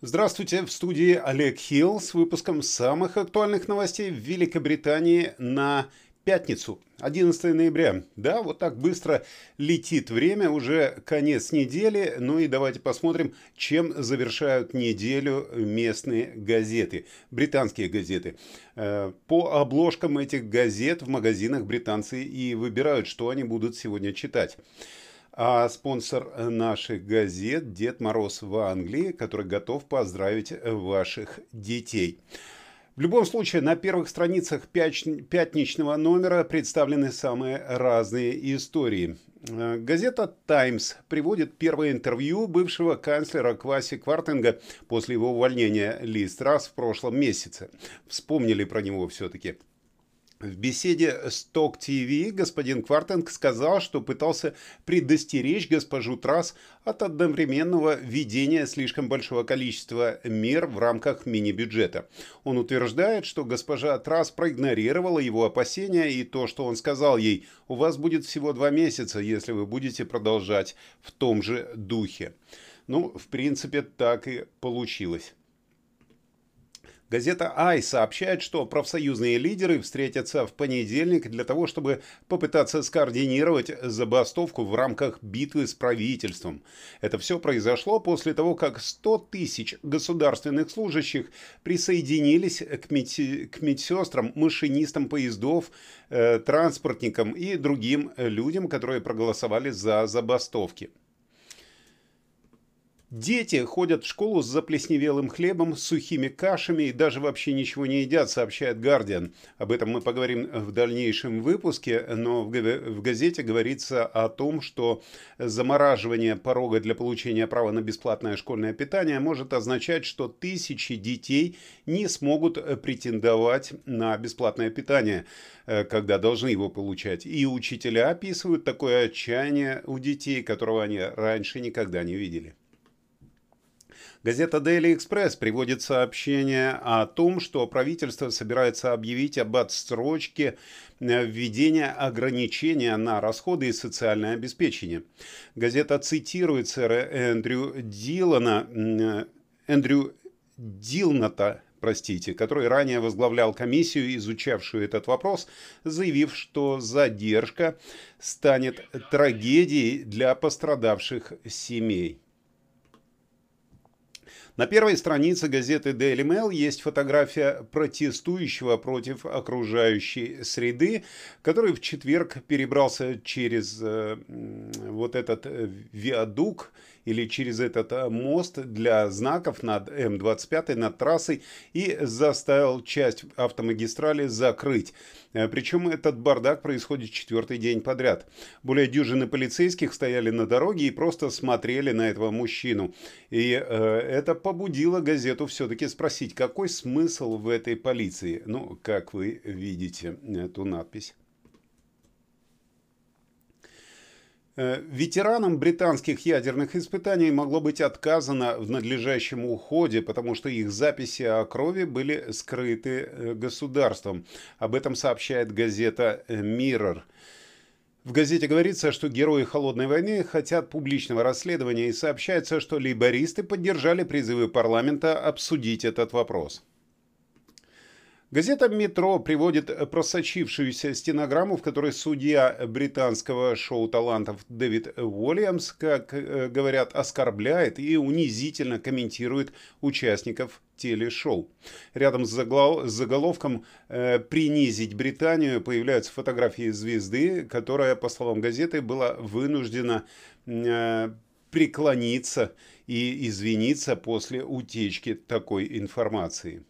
Здравствуйте, в студии Олег Хилл с выпуском самых актуальных новостей в Великобритании на пятницу, 11 ноября. Да, вот так быстро летит время, уже конец недели. Ну и давайте посмотрим, чем завершают неделю местные газеты, британские газеты. По обложкам этих газет в магазинах британцы и выбирают, что они будут сегодня читать. А спонсор наших газет — Дед Мороз в Англии, который готов поздравить ваших детей. В любом случае, на первых страницах пятничного номера представлены самые разные истории. Газета «Таймс» приводит первое интервью бывшего канцлера Кваси Квартенга после его увольнения Лиз Трасс в прошлом месяце. Вспомнили про него все-таки. В беседе с Talk TV господин Квартенг сказал, что пытался предостеречь госпожу Трасс от одновременного введения слишком большого количества мер в рамках мини-бюджета. Он утверждает, что госпожа Трасс проигнорировала его опасения и то, что он сказал ей: «У вас будет всего 2 месяца, если вы будете продолжать в том же духе». Ну, в принципе, так и получилось. Газета «Ай» сообщает, что профсоюзные лидеры встретятся в понедельник для того, чтобы попытаться скоординировать забастовку в рамках битвы с правительством. Это все произошло после того, как 100 тысяч государственных служащих присоединились к медсестрам, машинистам поездов, транспортникам и другим людям, которые проголосовали за забастовки. Дети ходят в школу с заплесневелым хлебом, с сухими кашами и даже вообще ничего не едят, сообщает Guardian. Об этом мы поговорим в дальнейшем выпуске, но в газете говорится о том, что замораживание порога для получения права на бесплатное школьное питание может означать, что тысячи детей не смогут претендовать на бесплатное питание, когда должны его получать. И учителя описывают такое отчаяние у детей, которого они раньше никогда не видели. Газета Daily Express приводит сообщение о том, что правительство собирается объявить об отсрочке введения ограничения на расходы и социальное обеспечение. Газета цитирует сэра Эндрю Дилната, который ранее возглавлял комиссию, изучавшую этот вопрос, заявив, что задержка станет трагедией для пострадавших семей. На первой странице газеты Daily Mail есть фотография протестующего против окружающей среды, который в четверг перебрался через вот этот виадук или через этот мост для знаков над М25, над трассой, и заставил часть автомагистрали закрыть. Причем этот бардак происходит 4-й день подряд. Более дюжины полицейских стояли на дороге и просто смотрели на этого мужчину. И это побудило газету все-таки спросить, какой смысл в этой полиции. Ну, как вы видите эту надпись. Ветеранам британских ядерных испытаний могло быть отказано в надлежащем уходе, потому что их записи о крови были скрыты государством. Об этом сообщает газета Mirror. В газете говорится, что герои Холодной войны хотят публичного расследования, и сообщается, что лейбористы поддержали призывы парламента обсудить этот вопрос. Газета «Метро» приводит просочившуюся стенограмму, в которой судья британского шоу талантов Дэвид Уильямс, как говорят, оскорбляет и унизительно комментирует участников телешоу. Рядом с заголовком «Принизить Британию» появляются фотографии звезды, которая, по словам газеты, была вынуждена преклониться и извиниться после утечки такой информации.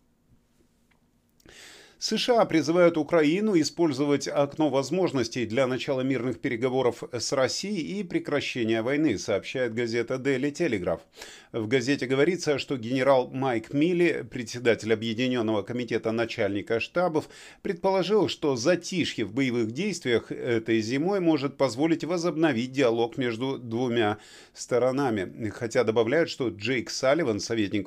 США призывают Украину использовать окно возможностей для начала мирных переговоров с Россией и прекращения войны, сообщает газета Daily Telegraph. В газете говорится, что генерал Майк Милли, председатель Объединенного комитета начальника штабов, предположил, что затишье в боевых действиях этой зимой может позволить возобновить диалог между двумя сторонами. Хотя добавляют, что Джейк Салливан, советник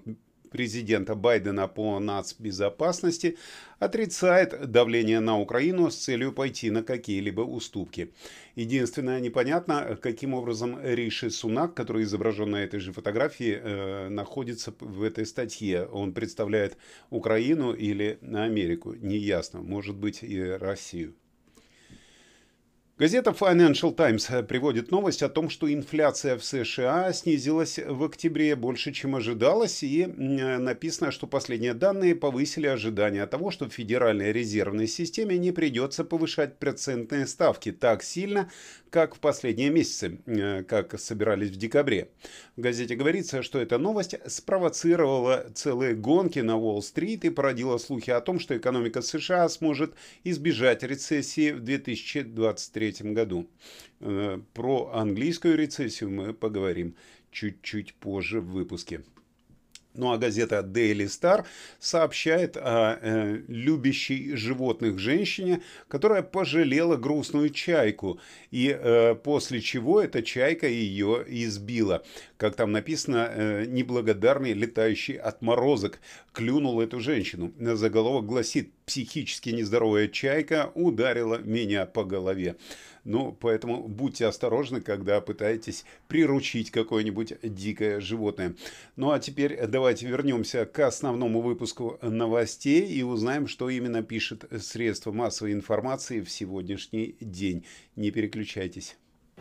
президента Байдена по нацбезопасности отрицает давление на Украину с целью пойти на какие-либо уступки. Единственное, непонятно, каким образом Риши Сунак, который изображен на этой же фотографии, находится в этой статье. Он представляет Украину или Америку? Неясно. Может быть, и Россию. Газета Financial Times приводит новость о том, что инфляция в США снизилась в октябре больше, чем ожидалось, и написано, что последние данные повысили ожидания того, что в Федеральной резервной системе не придется повышать процентные ставки так сильно, как в последние месяцы, как собирались в декабре. В газете говорится, что эта новость спровоцировала целые гонки на Уолл-стрит и породила слухи о том, что экономика США сможет избежать рецессии в 2023 году. Про английскую рецессию мы поговорим чуть-чуть позже в выпуске. Ну а газета Daily Star сообщает о любящей животных женщине, которая пожалела грустную чайку, и после чего эта чайка ее избила. Как там написано, неблагодарный летающий отморозок клюнул эту женщину. Заголовок гласит: «Психически нездоровая чайка ударила меня по голове». Ну, поэтому будьте осторожны, когда пытаетесь приручить какое-нибудь дикое животное. Ну, а теперь давайте вернемся к основному выпуску новостей и узнаем, что именно пишет средства массовой информации в сегодняшний день. Не переключайтесь.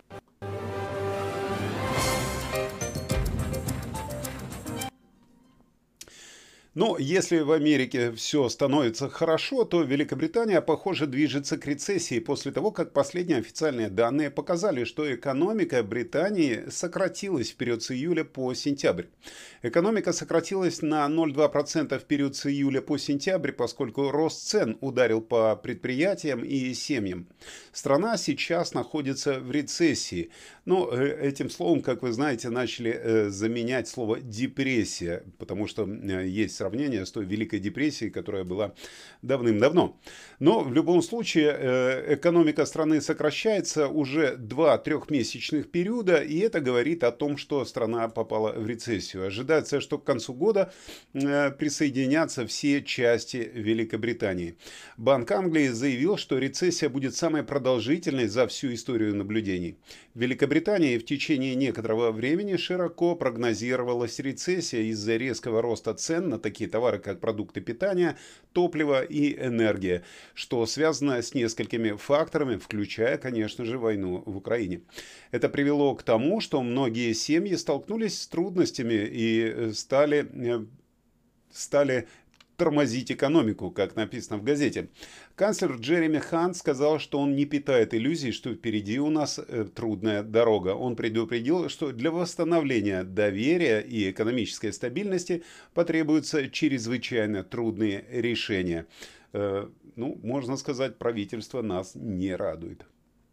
Но если в Америке все становится хорошо, то Великобритания, похоже, движется к рецессии после того, как последние официальные данные показали, что экономика Британии сократилась в период с июля по сентябрь. Экономика сократилась на 0,2% в период с июля по сентябрь, поскольку рост цен ударил по предприятиям и семьям. Страна сейчас находится в рецессии. Но этим словом, как вы знаете, начали заменять слово «депрессия», потому что есть сравнение с той Великой депрессией, которая была давным-давно. Но в любом случае экономика страны сокращается уже 2 трехмесячных периода, и это говорит о том, что страна попала в рецессию. Ожидается, что к концу года присоединятся все части Великобритании. Банк Англии заявил, что рецессия будет самой продолжительной за всю историю наблюдений. В Великобритании в течение некоторого времени широко прогнозировалась рецессия из-за резкого роста цен на такие товары, как продукты питания, топливо и энергия, что связано с несколькими факторами, включая, конечно же, войну в Украине. Это привело к тому, что многие семьи столкнулись с трудностями и стали тормозить экономику, как написано в газете. Канцлер Джереми Хант сказал, что он не питает иллюзий, что впереди у нас трудная дорога. Он предупредил, что для восстановления доверия и экономической стабильности потребуются чрезвычайно трудные решения. Ну, можно сказать, правительство нас не радует.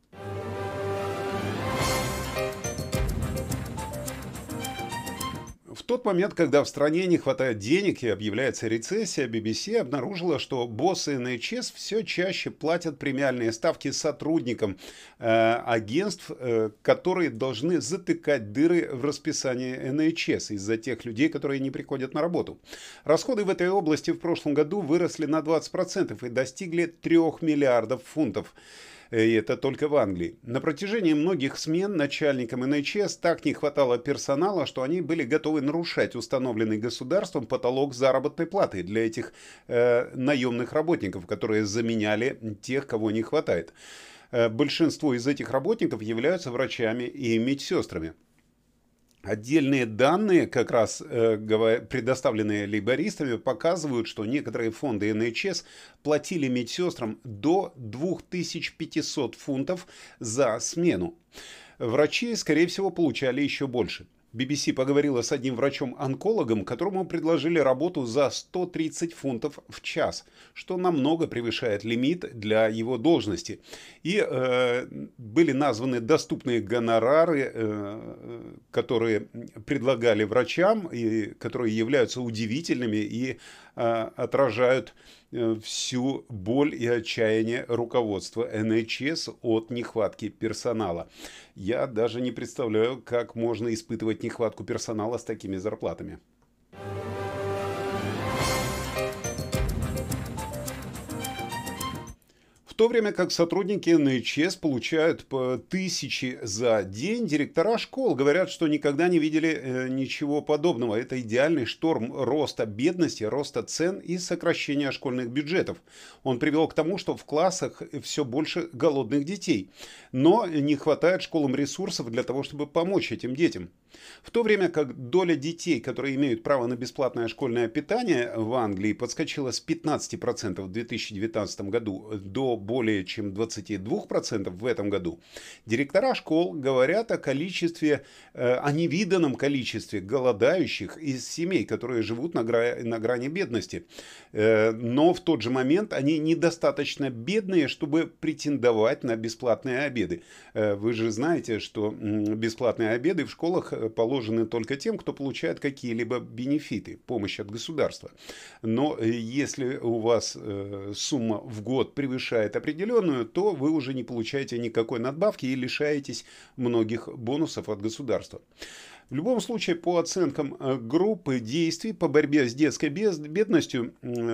В тот момент, когда в стране не хватает денег и объявляется рецессия, BBC обнаружила, что боссы НХС все чаще платят премиальные ставки сотрудникам агентств, которые должны затыкать дыры в расписании НХС из-за тех людей, которые не приходят на работу. Расходы в этой области в прошлом году выросли на 20% и достигли 3 миллиардов фунтов. И это только в Англии. На протяжении многих смен начальникам НХС так не хватало персонала, что они были готовы нарушать установленный государством потолок заработной платы для этих наемных работников, которые заменяли тех, кого не хватает. Большинство из этих работников являются врачами и медсестрами. Отдельные данные, как раз предоставленные лейбористами, показывают, что некоторые фонды НХС платили медсестрам до 2500 фунтов за смену. Врачи, скорее всего, получали еще больше. BBC поговорила с одним врачом-онкологом, которому предложили работу за 130 фунтов в час, что намного превышает лимит для его должности. И были названы доступные гонорары, которые предлагали врачам, и которые являются удивительными и отражают всю боль и отчаяние руководства НХС от нехватки персонала. Я даже не представляю, как можно испытывать нехватку персонала с такими зарплатами. В то время как сотрудники НХС получают по 1000 за день, директора школ говорят, что никогда не видели ничего подобного. Это идеальный шторм роста бедности, роста цен и сокращения школьных бюджетов. Он привел к тому, что в классах все больше голодных детей. Но не хватает школам ресурсов для того, чтобы помочь этим детям. В то время как доля детей, которые имеют право на бесплатное школьное питание в Англии, подскочила с 15% в 2019 году до более чем 22% в этом году, директора школ говорят о количестве, о невиданном количестве голодающих из семей, которые живут на грани бедности. Но в тот же момент они недостаточно бедные, чтобы претендовать на бесплатные обеды. Вы же знаете, что бесплатные обеды в школах положены только тем, кто получает какие-либо бенефиты, помощь от государства. Но если у вас сумма в год превышает определенную, то вы уже не получаете никакой надбавки и лишаетесь многих бонусов от государства. В любом случае, по оценкам группы действий по борьбе с детской бедностью,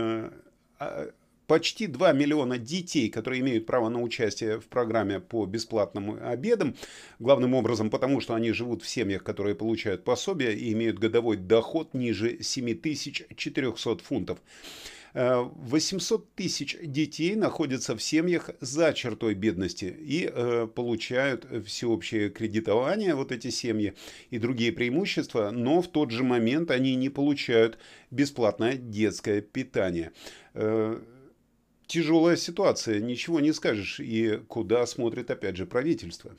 почти 2 миллиона детей, которые имеют право на участие в программе по бесплатным обедам, главным образом потому, что они живут в семьях, которые получают пособие и имеют годовой доход ниже 7400 фунтов. 800 тысяч детей находятся в семьях за чертой бедности и получают всеобщее кредитование, вот эти семьи, и другие преимущества, но в тот же момент они не получают бесплатное детское питание. Тяжелая ситуация, ничего не скажешь, и куда смотрит опять же правительство.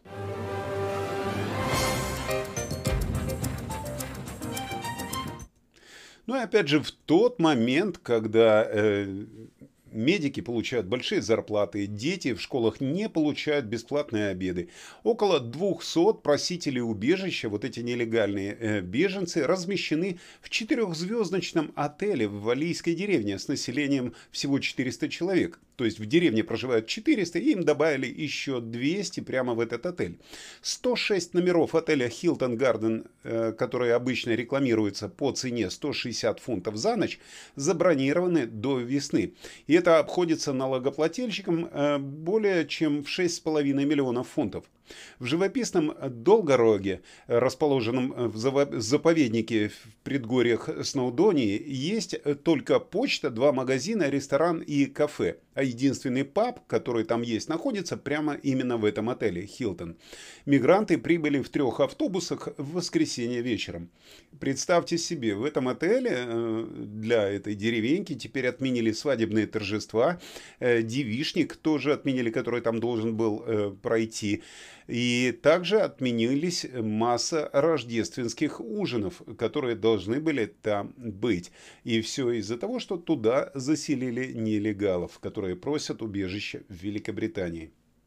Ну и опять же в тот момент, когда медики получают большие зарплаты, дети в школах не получают бесплатные обеды. Около 200 просителей убежища, вот эти нелегальные беженцы, размещены в 4-звездочном отеле в валлийской деревне с населением всего 400 человек. То есть в деревне проживают 400, и им добавили еще 200 прямо в этот отель. 106 номеров отеля Hilton Garden, которые обычно рекламируются по цене 160 фунтов за ночь, забронированы до весны. И это обходится налогоплательщикам более чем в 6,5 миллионов фунтов. В живописном Долгороге, расположенном в заповеднике в предгорьях Сноудонии, есть только почта, 2 магазина, ресторан и кафе. А единственный паб, который там есть, находится прямо именно в этом отеле Хилтон. Мигранты прибыли в 3 автобусах в воскресенье вечером. Представьте себе, в этом отеле для этой деревеньки теперь отменили свадебные торжества. Девичник тоже отменили, который там должен был пройти. И также отменились масса рождественских ужинов, которые должны были там быть. И все из-за того, что туда заселили нелегалов, которые просят убежище в Великобритании.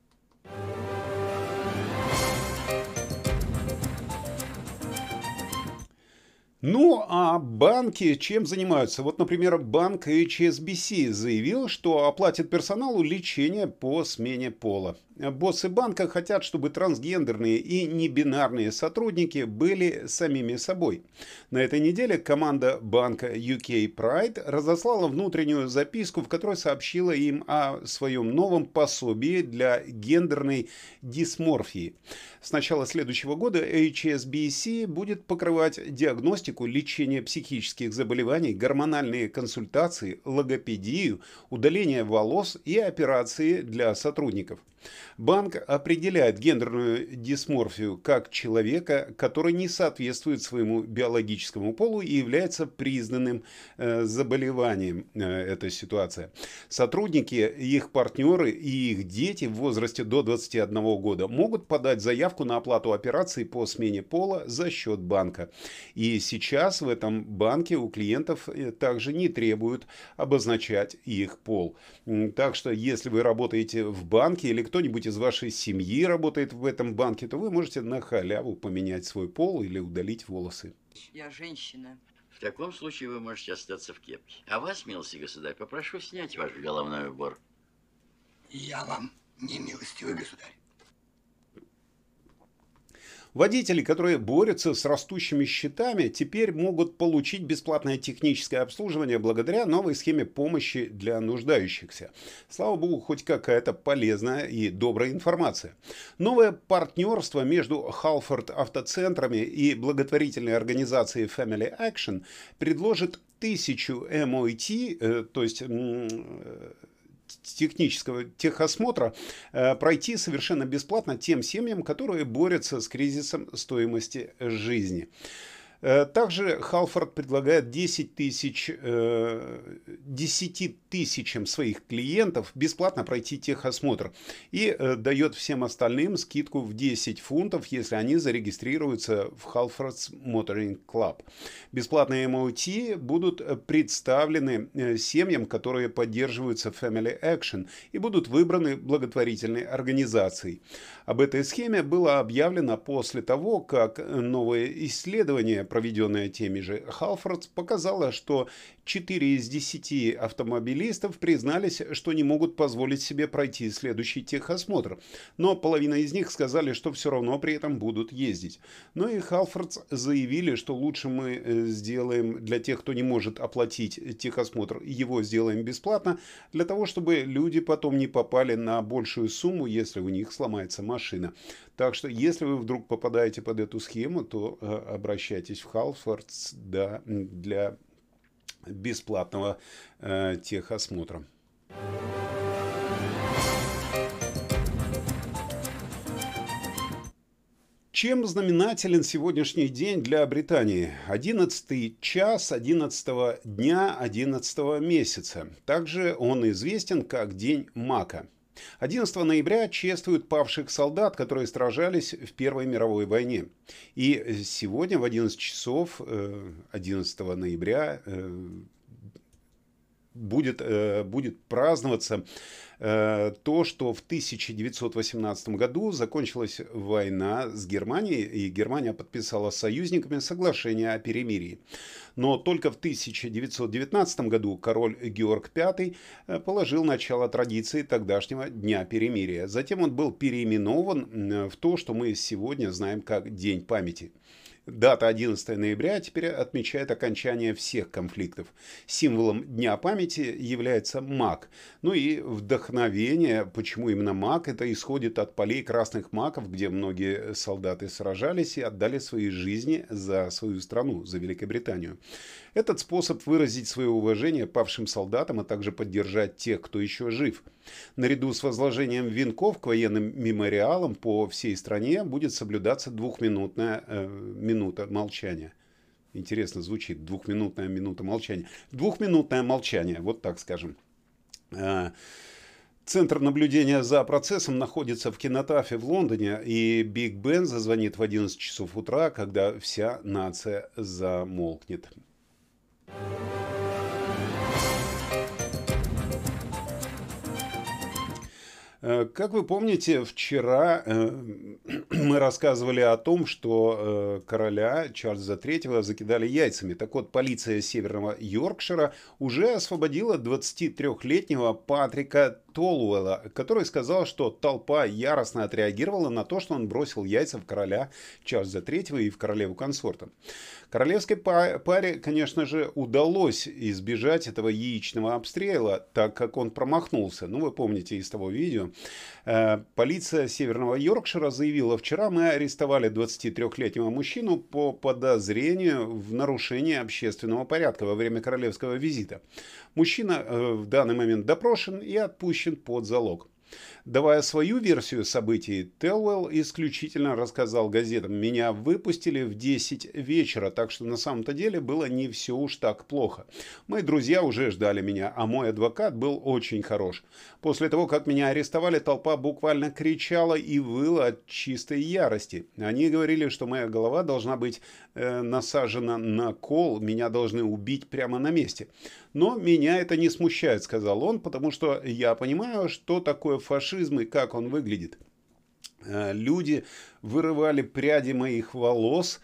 Ну, а банки чем занимаются? Вот, например, банк HSBC заявил, что оплатит персоналу лечение по смене пола. Боссы банка хотят, чтобы трансгендерные и небинарные сотрудники были самими собой. На этой неделе команда банка UK Pride разослала внутреннюю записку, в которой сообщила им о своем новом пособии для гендерной дисморфии. С начала следующего года HSBC будет покрывать диагностику, лечение психических заболеваний, гормональные консультации, логопедию, удаление волос и операции для сотрудников. Банк определяет гендерную дисморфию как человека, который не соответствует своему биологическому полу и является признанным заболеванием. Эта ситуация. Сотрудники, их партнеры и их дети в возрасте до 21 года могут подать заявку на оплату операций по смене пола за счет банка. И сейчас в этом банке у клиентов также не требуют обозначать их пол. Так что если вы работаете в банке или кто-нибудь из вашей семьи работает в этом банке, то вы можете на халяву поменять свой пол или удалить волосы. Я женщина. В таком случае вы можете остаться в кепке. А вас, милостивый государь, попрошу снять ваш головной убор. Я вам не милостивый государь. Водители, которые борются с растущими счетами, теперь могут получить бесплатное техническое обслуживание благодаря новой схеме помощи для нуждающихся. Слава богу, хоть какая-то полезная и добрая информация. Новое партнерство между Halford автоцентрами и благотворительной организацией Family Action предложит 1000 MOT, то есть технического техосмотра, пройти совершенно бесплатно тем семьям, которые борются с кризисом стоимости жизни. Также Halford предлагает 10 тысячам своих клиентов бесплатно пройти техосмотр и дает всем остальным скидку в 10 фунтов, если они зарегистрируются в Halford's Motoring Club. Бесплатные MOT будут представлены семьям, которые поддерживаются Family Action и будут выбраны благотворительной организацией. Об этой схеме было объявлено после того, как новое исследование, проведенное теми же Halfords, показало, что 4 из 10 автомобилистов признались, что не могут позволить себе пройти следующий техосмотр. Но половина из них сказали, что все равно при этом будут ездить. Но и Halfords заявили, что лучше мы сделаем для тех, кто не может оплатить техосмотр, его сделаем бесплатно, для того, чтобы люди потом не попали на большую сумму, если у них сломается машина. Так что, если вы вдруг попадаете под эту схему, то обращайтесь в Halfords, да, для бесплатного техосмотра. Чем знаменателен сегодняшний день для Британии? 11 час 11 дня 11 месяца. Также он известен как День Мака. 11 ноября чествуют павших солдат, которые сражались в Первой мировой войне. И сегодня в 11 часов 11 ноября будет праздноваться то, что в 1918 году закончилась война с Германией, и Германия подписала с союзниками соглашение о перемирии. Но только в 1919 году король Георг V положил начало традиции тогдашнего Дня перемирия. Затем он был переименован в то, что мы сегодня знаем как День памяти. Дата 11 ноября теперь отмечает окончание всех конфликтов. Символом Дня памяти является мак. Ну и вдохновение, почему именно мак, это исходит от полей красных маков, где многие солдаты сражались и отдали свои жизни за свою страну, за Великобританию. Этот способ выразить свое уважение павшим солдатам, а также поддержать тех, кто еще жив. Наряду с возложением венков к военным мемориалам по всей стране будет соблюдаться двухминутная минута молчания. Интересно звучит, двухминутная минута молчания. Двухминутное молчание, вот так скажем. Центр наблюдения за процессом находится в Кинотафе в Лондоне, и Биг Бен зазвонит в 11 часов утра, когда вся нация замолкнет. Как вы помните, вчера мы рассказывали о том, что короля Чарльза III закидали яйцами. Так вот, полиция Северного Йоркшира уже освободила 23-летнего Патрика Толуэлла, который сказал, что толпа яростно отреагировала на то, что он бросил яйца в короля Чарльза III и в королеву-консорта. Королевской паре, конечно же, удалось избежать этого яичного обстрела, так как он промахнулся. Ну, вы помните из того видео. Полиция Северного Йоркшира заявила: вчера мы арестовали 23-летнего мужчину по подозрению в нарушении общественного порядка во время королевского визита. Мужчина в данный момент допрошен и отпущен под залог. Давая свою версию событий, Толуэлл исключительно рассказал газетам: меня выпустили в 10 вечера, так что на самом-то деле было не все уж так плохо. Мои друзья уже ждали меня, а мой адвокат был очень хорош. После того, как меня арестовали, толпа буквально кричала и выла от чистой ярости. Они говорили, что моя голова должна быть насажена на кол, меня должны убить прямо на месте. Но меня это не смущает, сказал он, потому что я понимаю, что такое фашизм и как он выглядит. Люди вырывали пряди моих волос,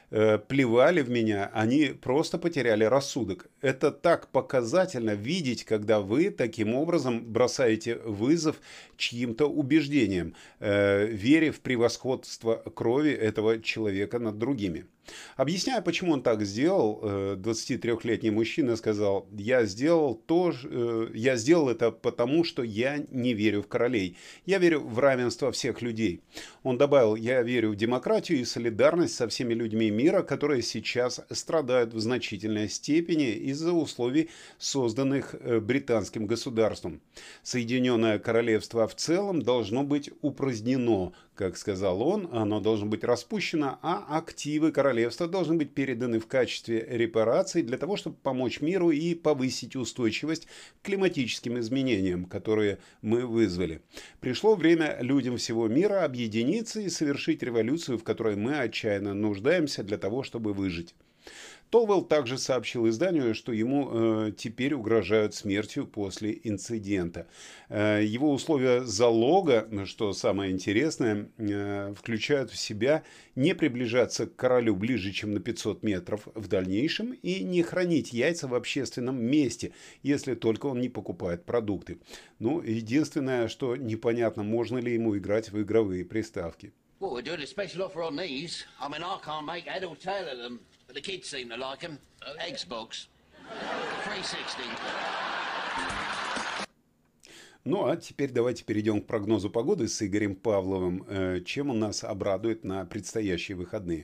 плевали в меня, они просто потеряли рассудок. Это так показательно видеть, когда вы таким образом бросаете вызов чьим-то убеждениям, вере в превосходство крови этого человека над другими. Объясняя, почему он так сделал, 23-летний мужчина сказал: я сделал это потому, что я не верю в королей. Я верю в равенство всех людей. Он добавил: я верю в демократию и солидарность со всеми людьми мира, которые сейчас страдают в значительной степени из-за условий, созданных британским государством. Соединенное Королевство в целом должно быть упразднено, как сказал он, оно должно быть распущено, а активы королевства должны быть переданы в качестве репараций для того, чтобы помочь миру и повысить устойчивость к климатическим изменениям, которые мы вызвали. Пришло время людям всего мира объединиться и совершить революцию, в которой мы отчаянно нуждаемся для того, чтобы выжить. Толвелл также сообщил изданию, что ему теперь угрожают смертью после инцидента. Его условия залога, что самое интересное, включают в себя не приближаться к королю ближе, чем на 500 метров в дальнейшем, и не хранить яйца в общественном месте, если только он не покупает продукты. Ну, единственное, что непонятно, можно ли ему играть в игровые приставки. Well, we're doing a special offer on these. I mean, I can't make head or tail of them, but the kids seem to like them. Xbox. 360. Ну, а теперь давайте перейдем к прогнозу погоды с Игорем Павловым. Чем он нас обрадует на предстоящие выходные?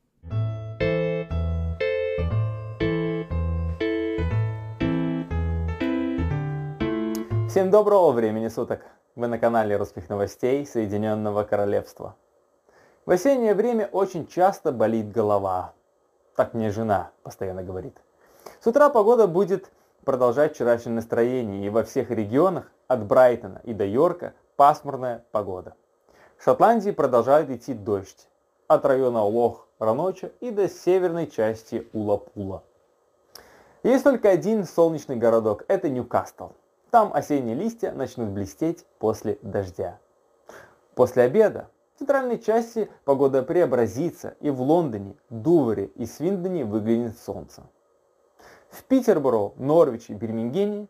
Всем доброго времени суток! Вы на канале русских новостей Соединенного Королевства. В осеннее время очень часто болит голова. Так мне жена постоянно говорит. С утра погода будет продолжать вчерашнее настроение, и во всех регионах от Брайтона и до Йорка пасмурная погода. В Шотландии продолжает идти дождь от района Лох-Раноча и до северной части Ула-Пула. Есть только один солнечный городок, это Ньюкасл. Там осенние листья начнут блестеть после дождя. После обеда в центральной части погода преобразится, и в Лондоне, Дувре и Свиндоне выглянет солнце. В Питерборо, Норвиче и Бирмингеме,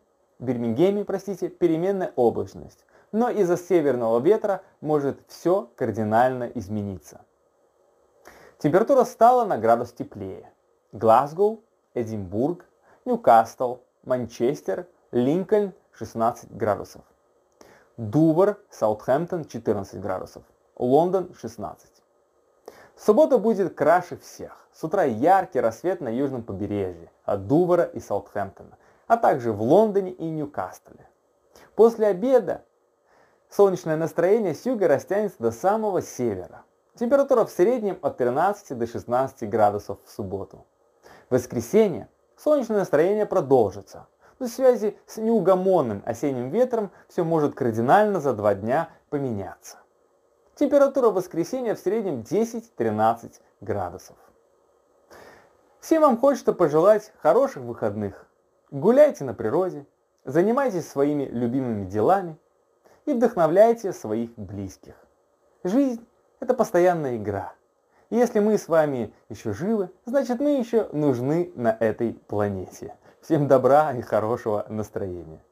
переменная облачность, но из-за северного ветра может все кардинально измениться. Температура стала на градус теплее. Глазгоу, Эдинбург, Ньюкасл, Манчестер, Линкольн 16 градусов. Дувр, Саутгемптон 14 градусов. Лондон 16. Суббота будет краше всех. С утра яркий рассвет на южном побережье от Дувра и Саутгемптона, а также в Лондоне и Ньюкасле. После обеда солнечное настроение с юга растянется до самого севера. Температура в среднем от 13 до 16 градусов в субботу. В воскресенье солнечное настроение продолжится. Но в связи с неугомонным осенним ветром все может кардинально за 2 дня поменяться. Температура в воскресенье в среднем 10-13 градусов. Всем вам хочется пожелать хороших выходных. Гуляйте на природе, занимайтесь своими любимыми делами и вдохновляйте своих близких. Жизнь – это постоянная игра. И если мы с вами еще живы, значит мы еще нужны на этой планете. Всем добра и хорошего настроения.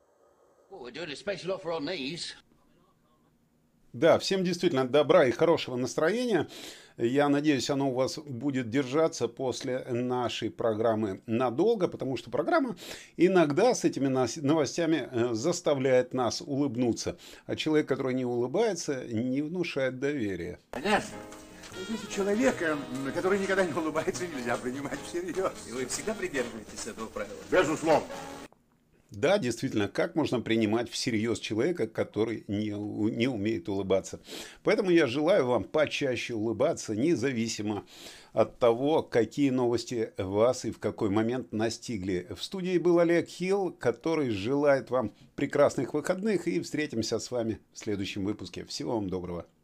Да, всем действительно добра и хорошего настроения. Я надеюсь, оно у вас будет держаться после нашей программы надолго, потому что программа иногда с этими новостями заставляет нас улыбнуться. А человек, который не улыбается, не внушает доверия. Понятно. Здесь человека, который никогда не улыбается, нельзя принимать всерьез. И вы всегда придерживаетесь этого правила? Безусловно. Да, действительно, как можно принимать всерьез человека, который не умеет улыбаться? Поэтому я желаю вам почаще улыбаться, независимо от того, какие новости вас и в какой момент настигли. В студии был Олег Хилл, который желает вам прекрасных выходных, и встретимся с вами в следующем выпуске. Всего вам доброго.